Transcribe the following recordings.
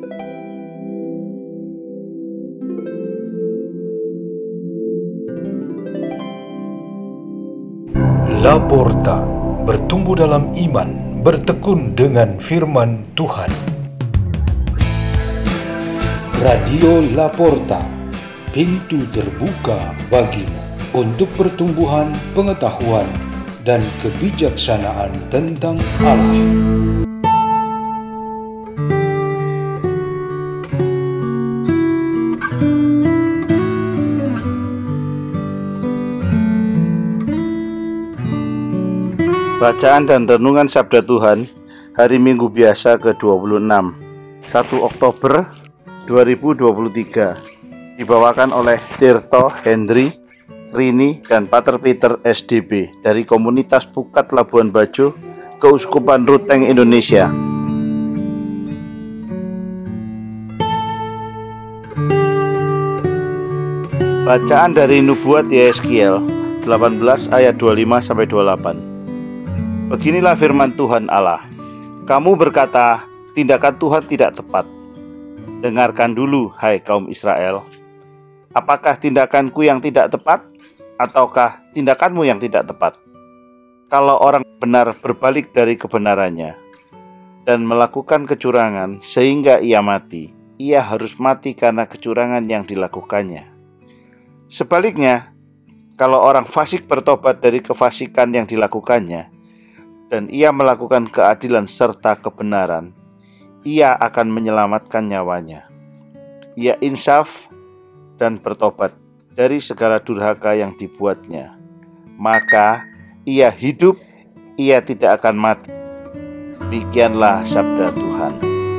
Laporta, bertumbuh dalam iman, bertekun dengan firman Tuhan. Radio Laporta, pintu terbuka bagimu untuk pertumbuhan pengetahuan dan kebijaksanaan tentang Allah. Bacaan dan Renungan Sabda Tuhan Hari Minggu Biasa ke-26 1 Oktober 2023 dibawakan oleh Tirto, Henry, Rini, dan Pater Peter SDB dari Komunitas Pukat Labuan Bajo, Keuskupan Ruteng, Indonesia. Bacaan dari Nubuat Yeskiel 18 ayat 25-28. Beginilah firman Tuhan Allah. Kamu berkata, tindakan Tuhan tidak tepat. Dengarkan dulu, hai kaum Israel. Apakah tindakanku yang tidak tepat? Ataukah tindakanmu yang tidak tepat? Kalau orang benar berbalik dari kebenarannya dan melakukan kecurangan sehingga ia mati, ia harus mati karena kecurangan yang dilakukannya. Sebaliknya, kalau orang fasik bertobat dari kefasikan yang dilakukannya, dan ia melakukan keadilan serta kebenaran, ia akan menyelamatkan nyawanya. Ia insaf dan bertobat dari segala durhaka yang dibuatnya. Maka ia hidup, ia tidak akan mati. Demikianlah sabda Tuhan.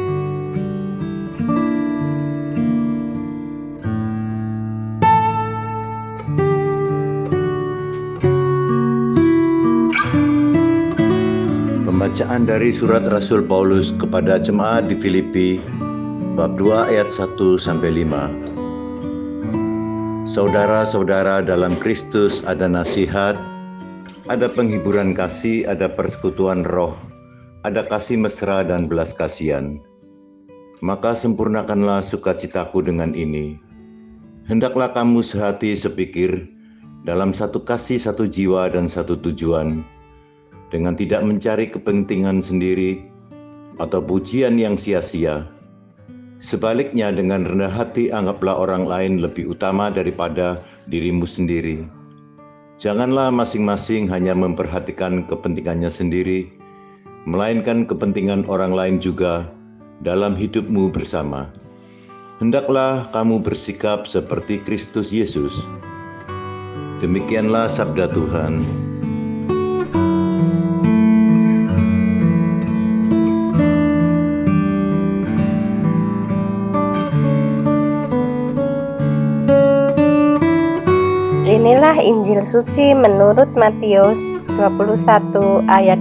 Bacaan dari surat Rasul Paulus kepada jemaat di Filipi, bab 2 ayat 1-5. Saudara-saudara dalam Kristus, ada nasihat, ada penghiburan kasih, ada persekutuan roh, ada kasih mesra dan belas kasihan. Maka sempurnakanlah sukacitaku dengan ini. Hendaklah kamu sehati sepikir, dalam satu kasih, satu jiwa, dan satu tujuan, dengan tidak mencari kepentingan sendiri atau pujian yang sia-sia. Sebaliknya, dengan rendah hati anggaplah orang lain lebih utama daripada dirimu sendiri. Janganlah masing-masing hanya memperhatikan kepentingannya sendiri, melainkan kepentingan orang lain juga dalam hidupmu bersama. Hendaklah kamu bersikap seperti Kristus Yesus. Demikianlah sabda Tuhan. Inilah Injil suci menurut Matius 21 ayat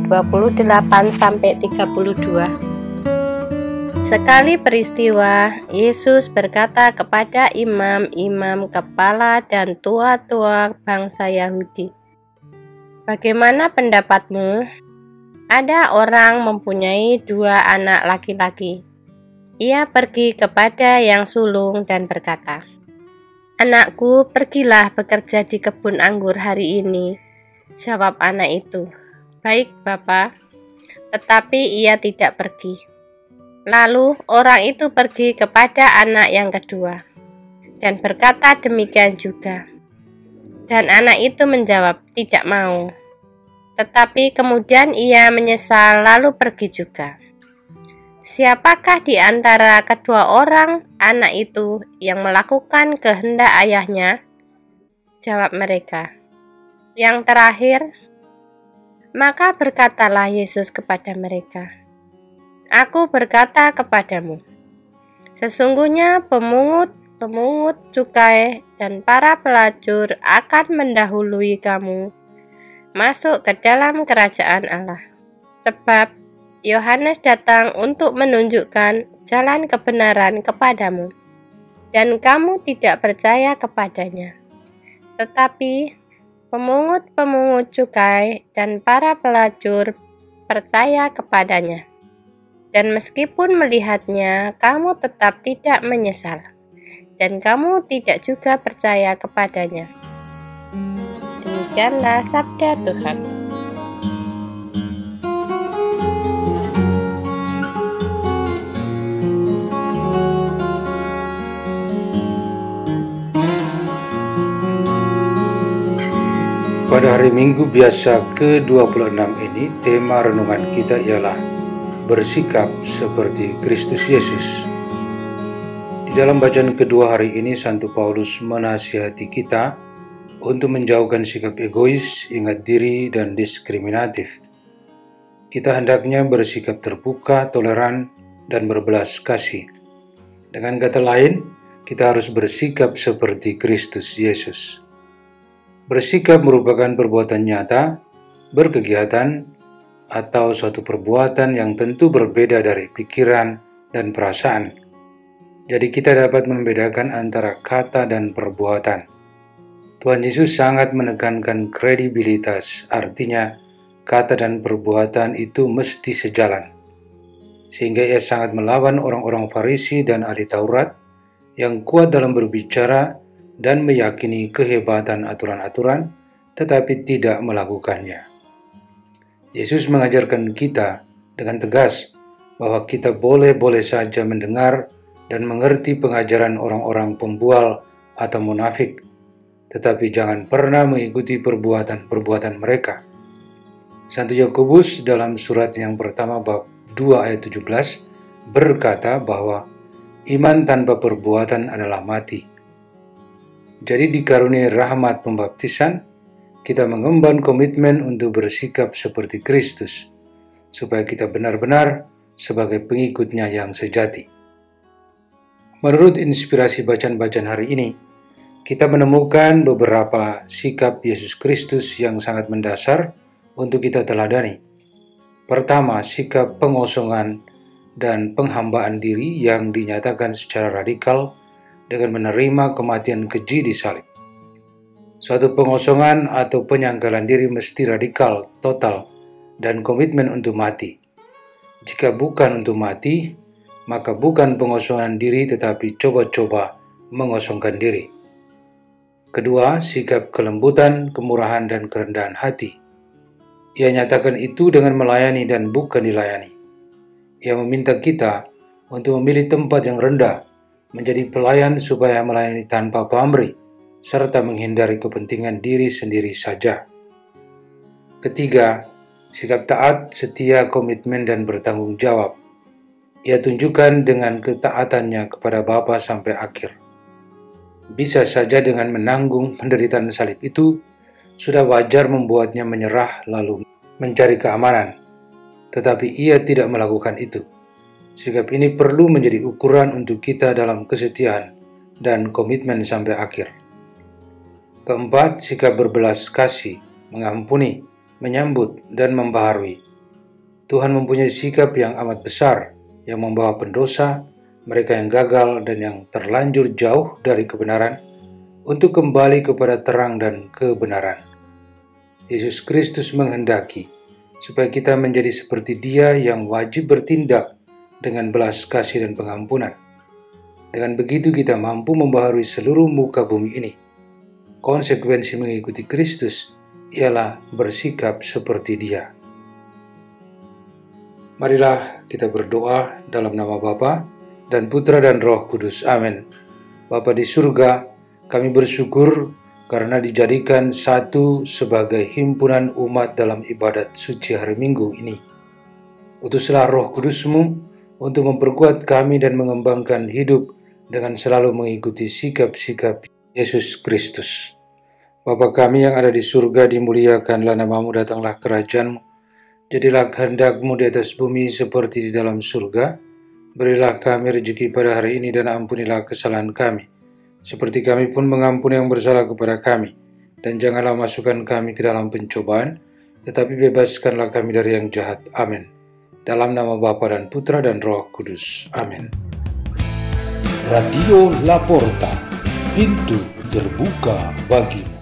28-32. Sekali peristiwa, Yesus berkata kepada imam-imam kepala dan tua-tua bangsa Yahudi, "Bagaimana pendapatmu? Ada orang mempunyai 2 anak laki-laki. Ia pergi kepada yang sulung dan berkata, 'Anakku, pergilah bekerja di kebun anggur hari ini.' Jawab anak itu, 'Baik, Bapa.' Tetapi ia tidak pergi. Lalu orang itu pergi kepada anak yang kedua dan berkata demikian juga. Dan anak itu menjawab, 'Tidak mau.' Tetapi kemudian ia menyesal lalu pergi juga. Siapakah di antara kedua orang anak itu yang melakukan kehendak ayahnya?" Jawab mereka, "Yang terakhir." Maka berkatalah Yesus kepada mereka, "Aku berkata kepadamu, sesungguhnya pemungut cukai dan para pelacur akan mendahului kamu masuk ke dalam kerajaan Allah. Sebab Yohanes datang untuk menunjukkan jalan kebenaran kepadamu, dan kamu tidak percaya kepadanya. Tetapi pemungut-pemungut cukai dan para pelacur percaya kepadanya. Dan meskipun melihatnya, kamu tetap tidak menyesal, dan kamu tidak juga percaya kepadanya. Demikianlah sabda Tuhan. Pada hari Minggu biasa ke-26 ini, tema renungan kita ialah bersikap seperti Kristus Yesus. Di dalam bacaan kedua hari ini, Santo Paulus menasihati kita untuk menjauhkan sikap egois, ingat diri, dan diskriminatif. Kita hendaknya bersikap terbuka, toleran, dan berbelas kasih. Dengan kata lain, kita harus bersikap seperti Kristus Yesus. Bersikap merupakan perbuatan nyata, berkegiatan, atau suatu perbuatan yang tentu berbeda dari pikiran dan perasaan. Jadi kita dapat membedakan antara kata dan perbuatan. Tuhan Yesus sangat menekankan kredibilitas, artinya kata dan perbuatan itu mesti sejalan. Sehingga ia sangat melawan orang-orang Farisi dan ahli Taurat yang kuat dalam berbicara dan meyakini kehebatan aturan-aturan, tetapi tidak melakukannya. Yesus mengajarkan kita dengan tegas bahwa kita boleh-boleh saja mendengar dan mengerti pengajaran orang-orang pembual atau munafik, tetapi jangan pernah mengikuti perbuatan-perbuatan mereka. Santo Yakobus dalam surat yang pertama bab 2 ayat 17 berkata bahwa iman tanpa perbuatan adalah mati. Jadi dikaruniai rahmat pembaptisan, kita mengemban komitmen untuk bersikap seperti Kristus, supaya kita benar-benar sebagai pengikutnya yang sejati. Menurut inspirasi bacaan-bacaan hari ini, kita menemukan beberapa sikap Yesus Kristus yang sangat mendasar untuk kita teladani. Pertama, sikap pengosongan dan penghambaan diri yang dinyatakan secara radikal dengan menerima kematian keji di salib. Suatu pengosongan atau penyangkalan diri mesti radikal, total, dan komitmen untuk mati. Jika bukan untuk mati, maka bukan pengosongan diri tetapi coba-coba mengosongkan diri. Kedua, sikap kelembutan, kemurahan, dan kerendahan hati. Ia nyatakan itu dengan melayani dan bukan dilayani. Ia meminta kita untuk memilih tempat yang rendah, menjadi pelayan supaya melayani tanpa pamrih, serta menghindari kepentingan diri sendiri saja. Ketiga, sikap taat, setia, komitmen, dan bertanggung jawab. Ia tunjukkan dengan ketaatannya kepada Bapa sampai akhir. Bisa saja dengan menanggung penderitaan salib itu, sudah wajar membuatnya menyerah lalu mencari keamanan. Tetapi ia tidak melakukan itu. Sikap ini perlu menjadi ukuran untuk kita dalam kesetiaan dan komitmen sampai akhir. Keempat, sikap berbelas kasih, mengampuni, menyambut, dan membaharui. Tuhan mempunyai sikap yang amat besar yang membawa pendosa, mereka yang gagal dan yang terlanjur jauh dari kebenaran, untuk kembali kepada terang dan kebenaran. Yesus Kristus menghendaki supaya kita menjadi seperti Dia yang wajib bertindak dengan belas kasih dan pengampunan. Dengan begitu kita mampu membaharui seluruh muka bumi ini. Konsekuensi mengikuti Kristus ialah bersikap seperti Dia. Marilah kita berdoa dalam nama Bapa dan Putra dan Roh Kudus. Amin. Bapa di surga, kami bersyukur karena dijadikan satu sebagai himpunan umat dalam ibadat suci hari Minggu ini. Utuslah Roh Kudus-Mu untuk memperkuat kami dan mengembangkan hidup dengan selalu mengikuti sikap-sikap Yesus Kristus. Bapa kami yang ada di surga, dimuliakanlah nama-Mu, datanglah kerajaan-Mu. Jadilah kehendak-Mu di atas bumi seperti di dalam surga. Berilah kami rezeki pada hari ini dan ampunilah kesalahan kami, seperti kami pun mengampuni yang bersalah kepada kami. Dan janganlah masukkan kami ke dalam pencobaan, tetapi bebaskanlah kami dari yang jahat. Amin. Dalam nama Bapa dan Putra dan Roh Kudus. Amin. Radio Laporta, pintu terbuka bagimu.